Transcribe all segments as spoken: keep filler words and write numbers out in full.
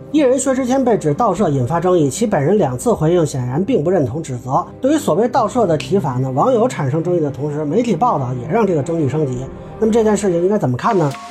艺人薛之谦被指盗摄引发争议，其本人两次回应显然并不认同指责。对于所谓盗摄的提法呢，网友产生争议的同时，媒体报道也让这个争议升级。那么这件事情应该怎么看呢？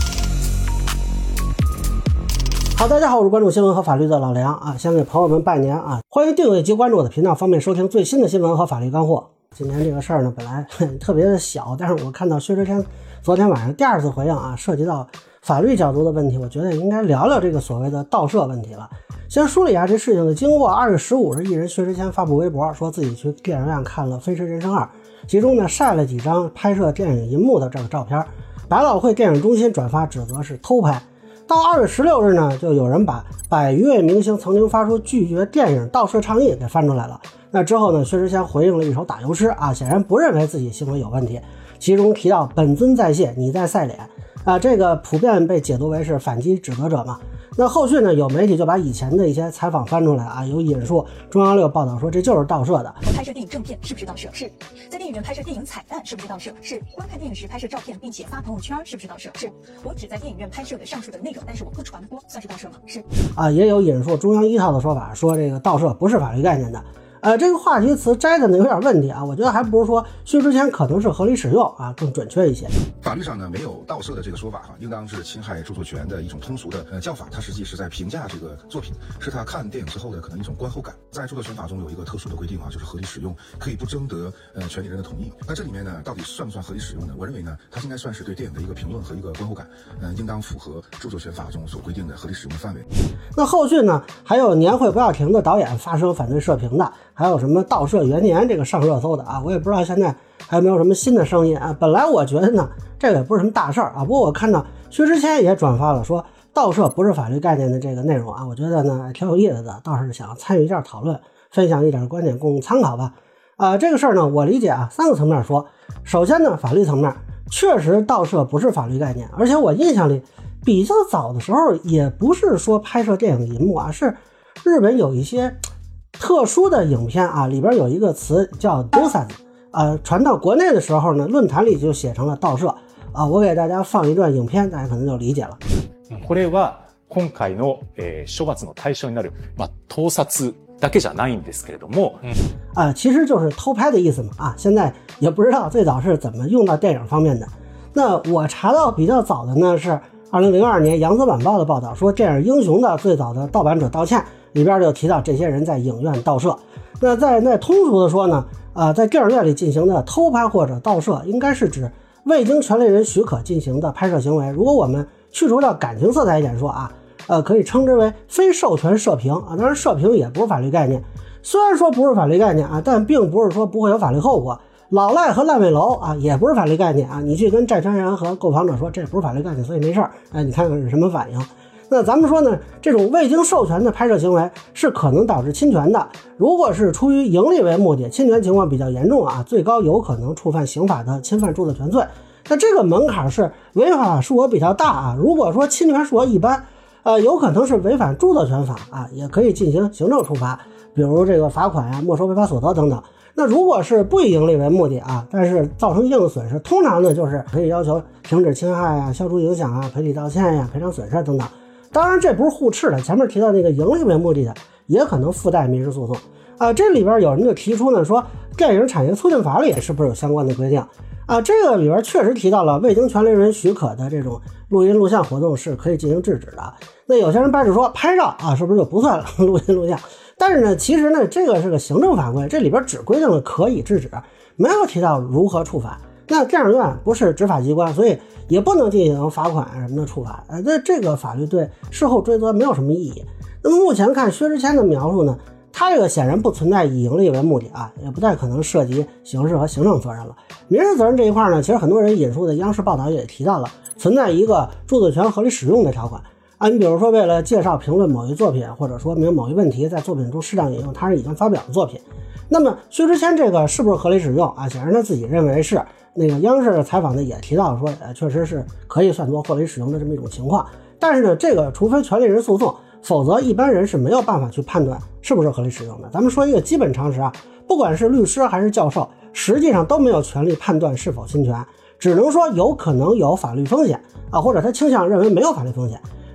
好，大家好，我是关注新闻和法律的老梁啊，先给朋友们拜年啊，欢迎订阅及关注我的频道，方便收听最新的新闻和法律干货。今年这个事儿呢，本来特别的小，但是我看到薛之谦昨天晚上第二次回应啊，涉及到法律角度的问题，我觉得应该聊聊这个所谓的盗摄问题了。先梳理一下这事情的经过。二月十五日，艺人薛之谦发布微博，说自己去电影院看了《飞驰人生二》，其中呢晒了几张拍摄电影银幕的这个照片，百老汇电影中心转发指责是偷拍。到二月十六日呢，就有人把百余位明星曾经发出拒绝电影盗摄倡议给翻出来了。那之后呢，薛之谦回应了一首打油诗啊，显然不认为自己行为有问题，其中提到本尊在线，你在晒脸啊，这个普遍被解读为是反击指责者嘛。那后续呢，有媒体就把以前的一些采访翻出来啊，有引述中央六报道说这就是盗摄的。 拍摄电影正片是不是盗摄？是。在电影院拍摄电影彩蛋是不是盗摄？是。观看电影时拍摄照片并且发朋友圈是不是盗摄？是。我只在电影院拍摄的上述的内容，但是我不传播，算是盗摄吗？是。 啊，也有引述中央一套的说法，说这个盗摄不是法律概念的。呃，这个话题词摘的呢有点问题啊，我觉得还不如说薛之谦可能是合理使用啊更准确一些。 法律上呢没有盗摄的这个说法哈，应当是侵害著作权的一种通俗的呃叫法，它实际是在评价这个作品，是他看电影之后的可能一种观后感。在著作权法中有一个特殊的规定啊，就是合理使用可以不征得呃权利人的同意。那这里面呢到底算不算合理使用呢？我认为呢它应该算是对电影的一个评论和一个观后感，呃应当符合著作权法中所规定的合理使用的范围。 那后续呢还有年会不要停的导演发声反对摄屏的，还有什么盗摄元年这个上热搜的啊，我也不知道现在还有没有什么新的声音啊。本来我觉得呢这个也不是什么大事儿啊，不过我看到薛之谦也转发了说盗摄不是法律概念的这个内容啊，我觉得呢挺有意思的，倒是想参与一下讨论，分享一点观点供参考吧。啊、呃，这个事儿呢我理解啊三个层面说。首先呢法律层面，确实盗摄不是法律概念，而且我印象里比较早的时候也不是说拍摄电影银幕啊，是日本有一些特殊的影片啊，里边有一个词叫 dosas， 呃，传到国内的时候呢，论坛里就写成了盗摄啊。我给大家放一段影片，大家可能就理解了。 これは今回の、えー、処罰の対象になる、まあ、盗撮だけじゃないんですけれども、 啊、呃，其实就是偷拍的意思嘛啊。现在也不知道最早是怎么用到电影方面的。那我查到比较早的呢是二零零二年扬子晚报的报道，说电影《英雄》的最早的盗版者道歉。里边就提到这些人在影院盗摄。那在那通俗的说呢，呃，在电影院里进行的偷拍或者盗摄，应该是指未经权利人许可进行的拍摄行为。如果我们去除掉感情色彩一点说啊，呃，可以称之为非授权摄屏啊。当然，摄屏也不是法律概念。虽然说不是法律概念啊，但并不是说不会有法律后果。老赖和烂尾楼啊，也不是法律概念啊。你去跟债权人和购房者说这不是法律概念，所以没事儿。哎，你看看是什么反应？那咱们说呢，这种未经授权的拍摄行为是可能导致侵权的。如果是出于盈利为目的，侵权情况比较严重啊，最高有可能触犯刑法的侵犯著作权罪。那这个门槛是违法数额比较大啊。如果说侵权数额一般，呃，有可能是违反著作权法啊，也可以进行行政处罚，比如这个罚款呀、没收违法所得等等。那如果是不以盈利为目的啊，但是造成一定的损失，通常呢就是可以要求停止侵害呀、消除影响啊、赔礼道歉呀、赔偿损失等等。当然这不是互斥的，前面提到那个盈利为目的的也可能附带民事诉讼啊。这里边有人就提出呢，说电影产业促进法里是不是有相关的规定啊？这个里边确实提到了未经权利人许可的这种录音录像活动是可以进行制止的。那有些人掰着说拍照啊是不是就不算了录音录像？但是呢其实呢这个是个行政法规，这里边只规定了可以制止，没有提到如何处罚。那电影院不是执法机关，所以也不能进行罚款什么的处罚。呃，那这个法律对事后追责没有什么意义。那么目前看薛之谦的描述呢，他这个显然不存在以盈利为目的啊，也不太可能涉及刑事和行政责任了。民事责任这一块呢，其实很多人引述的央视报道也提到了，存在一个著作权合理使用的条款啊。你比如说为了介绍评论某一作品，或者说明某一问题，在作品中适当引用他人已经发表的作品。那么薛之谦这个是不是合理使用啊？显然他自己认为是。那个央视采访的也提到说，呃，确实是可以算作合理使用的这么一种情况。但是呢，这个除非权利人诉讼，否则一般人是没有办法去判断是不是合理使用的。咱们说一个基本常识啊，不管是律师还是教授，实际上都没有权利判断是否侵权，只能说有可能有法律风险啊，或者他倾向认为没有法律风险。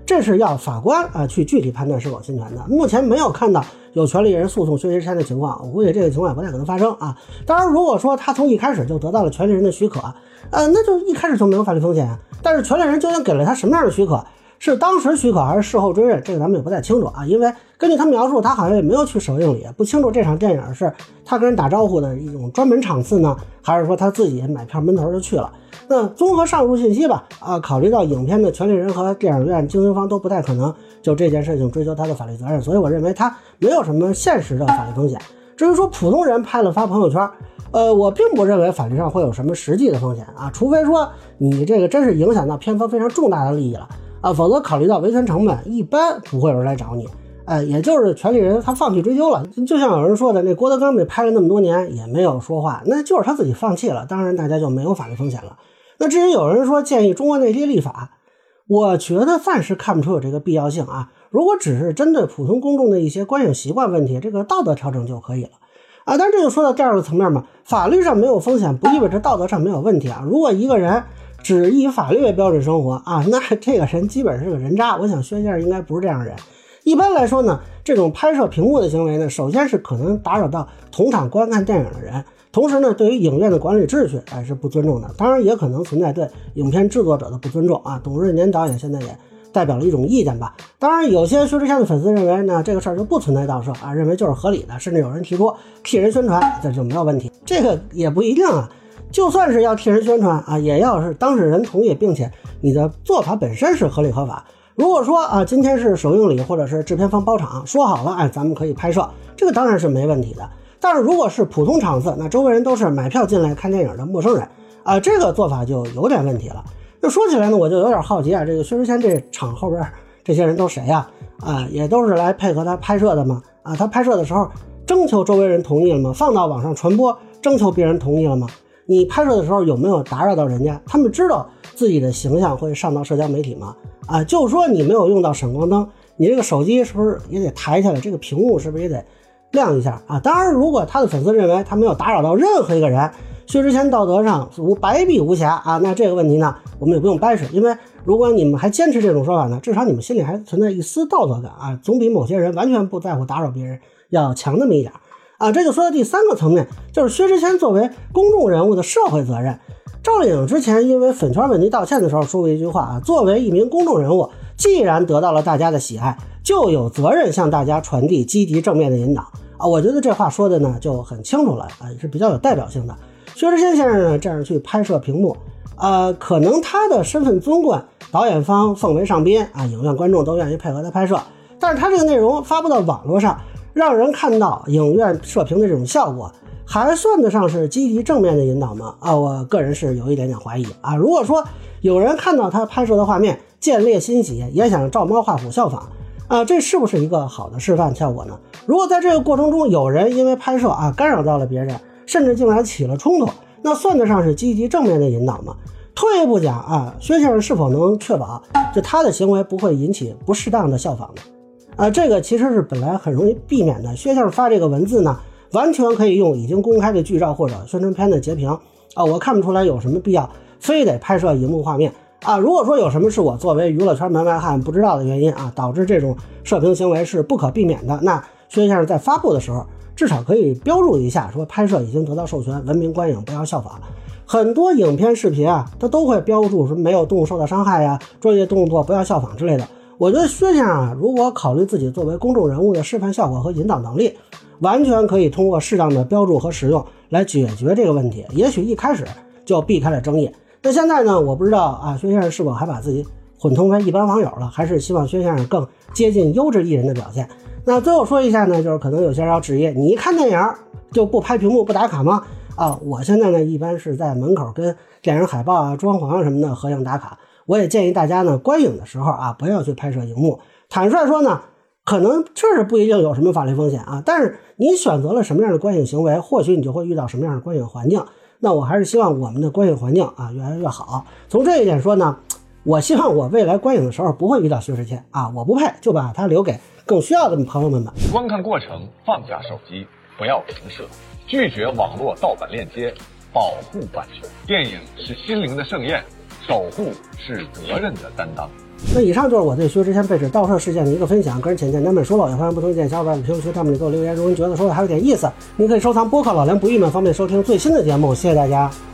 这是要法官啊去具体判断是否侵权的。目前没有看到有权利人诉讼薛之谦的情况，我估计这个情况也不太可能发生啊。当然，如果说他从一开始就得到了权利人的许可，呃，那就一开始就没有法律风险啊。但是权利人究竟给了他什么样的许可？是当时许可还是事后追认，这个咱们也不太清楚啊。因为根据他描述，他好像也没有去首映礼，不清楚这场电影是他跟人打招呼的一种专门场次呢，还是说他自己买票闷头就去了。那综合上述信息吧，啊，考虑到影片的权利人和电影院经营方都不太可能就这件事情追究他的法律责任，所以我认为他没有什么现实的法律风险。至于说普通人拍了发朋友圈，呃，我并不认为法律上会有什么实际的风险啊，除非说你这个真是影响到片方非常重大的利益了啊，否则考虑到维权成本，一般不会有人来找你。呃，也就是权利人他放弃追究了，就像有人说的，那郭德纲被拍了那么多年也没有说话，那就是他自己放弃了，当然大家就没有法律风险了。那至于有人说建议中国内地立法，我觉得暂时看不出有这个必要性啊。如果只是针对普通公众的一些观影习惯问题，这个道德调整就可以了啊。但是这就说到第二个层面嘛，法律上没有风险不意味着道德上没有问题啊。如果一个人只以法律为标准生活啊，那这个人基本是个人渣。我想薛先生应该不是这样的人。一般来说呢，这种拍摄屏幕的行为呢，首先是可能打扰到同场观看电影的人，同时呢，对于影院的管理秩序还是不尊重的。当然也可能存在对影片制作者的不尊重啊。董润年导演现在也代表了一种意见吧。当然有些薛之谦的粉丝认为呢，这个事儿就不存在盗摄啊，认为就是合理的，甚至有人提出替人宣传，这就没有问题。这个也不一定啊。就算是要替人宣传啊，也要是当事人同意，并且你的做法本身是合理合法。如果说啊，今天是首映礼或者是制片方包场说好了，哎，咱们可以拍摄，这个当然是没问题的。但是如果是普通场次，那周围人都是买票进来看电影的陌生人啊，这个做法就有点问题了。那说起来呢，我就有点好奇啊，这个薛之谦这场后边这些人都谁呀？啊，也都是来配合他拍摄的吗？啊，他拍摄的时候征求周围人同意了吗？放到网上传播征求别人同意了吗？你拍摄的时候有没有打扰到人家？他们知道自己的形象会上到社交媒体吗？啊，就说你没有用到闪光灯，你这个手机是不是也得抬起来？这个屏幕是不是也得亮一下啊？当然，如果他的粉丝认为他没有打扰到任何一个人，薛之谦道德上无白璧无瑕啊，那这个问题呢，我们也不用掰扯，因为如果你们还坚持这种说法呢，至少你们心里还存在一丝道德感啊，总比某些人完全不在乎打扰别人要强那么一点啊。这就说到第三个层面，就是薛之谦作为公众人物的社会责任。赵丽颖之前因为粉圈问题道歉的时候说过一句话啊，作为一名公众人物，既然得到了大家的喜爱，就有责任向大家传递积极正面的引导啊。我觉得这话说的呢就很清楚了啊，也是比较有代表性的。薛之谦先生呢这样去拍摄屏幕，呃，可能他的身份尊贵，导演方奉为上宾啊，影院观众都愿意配合他拍摄，但是他这个内容发布到网络上，让人看到影院射频的这种效果，还算得上是积极正面的引导吗？啊，我个人是有一点点怀疑啊。如果说有人看到他拍摄的画面见猎欣喜，也想照猫画虎效仿啊，这是不是一个好的示范效果呢？如果在这个过程中有人因为拍摄啊干扰到了别人，甚至竟然起了冲突，那算得上是积极正面的引导吗？退一步讲啊，薛先生是否能确保就他的行为不会引起不适当的效仿呢？啊，这个其实是本来很容易避免的。薛先生发这个文字呢，完全可以用已经公开的剧照或者宣传片的截屏啊，我看不出来有什么必要非得拍摄荧幕画面啊。如果说有什么是我作为娱乐圈门外汉不知道的原因啊，导致这种射频行为是不可避免的，那薛先生在发布的时候至少可以标注一下，说拍摄已经得到授权，文明观影，不要效仿。很多影片视频啊，它都会标注说没有动物受到伤害呀，专业动作不要效仿之类的。我觉得薛先生啊，如果考虑自己作为公众人物的示范效果和引导能力，完全可以通过适当的标注和使用来解决这个问题，也许一开始就避开了争议。那现在呢，我不知道啊，薛先生是否还把自己混同为一般网友了，还是希望薛先生更接近优质艺人的表现。那最后说一下呢，就是可能有些人要质疑，你一看电影就不拍屏幕不打卡吗？啊，我现在呢一般是在门口跟电影海报啊、装潢啊什么的合影打卡。我也建议大家呢观影的时候啊，不要去拍摄荧幕。坦率说呢，可能确实不一定有什么法律风险啊，但是你选择了什么样的观影行为，或许你就会遇到什么样的观影环境。那我还是希望我们的观影环境啊越来越好。从这一点说呢，我希望我未来观影的时候不会遇到薛之谦啊，我不配就把它留给更需要的朋友们吧。 观看过程放下手机，不要评射，拒绝网络盗版链接，保护版权。电影是心灵的盛宴，守护是责任的担当。 那以上就是我对薛之谦被指盗摄事件的一个分享，个人浅见难免说了，也欢迎不同意见小伙伴在评论区弹幕里给我留言，如果您觉得说的还有点意思，您可以收藏播客老梁不郁闷，方便收听最新的节目。谢谢大家。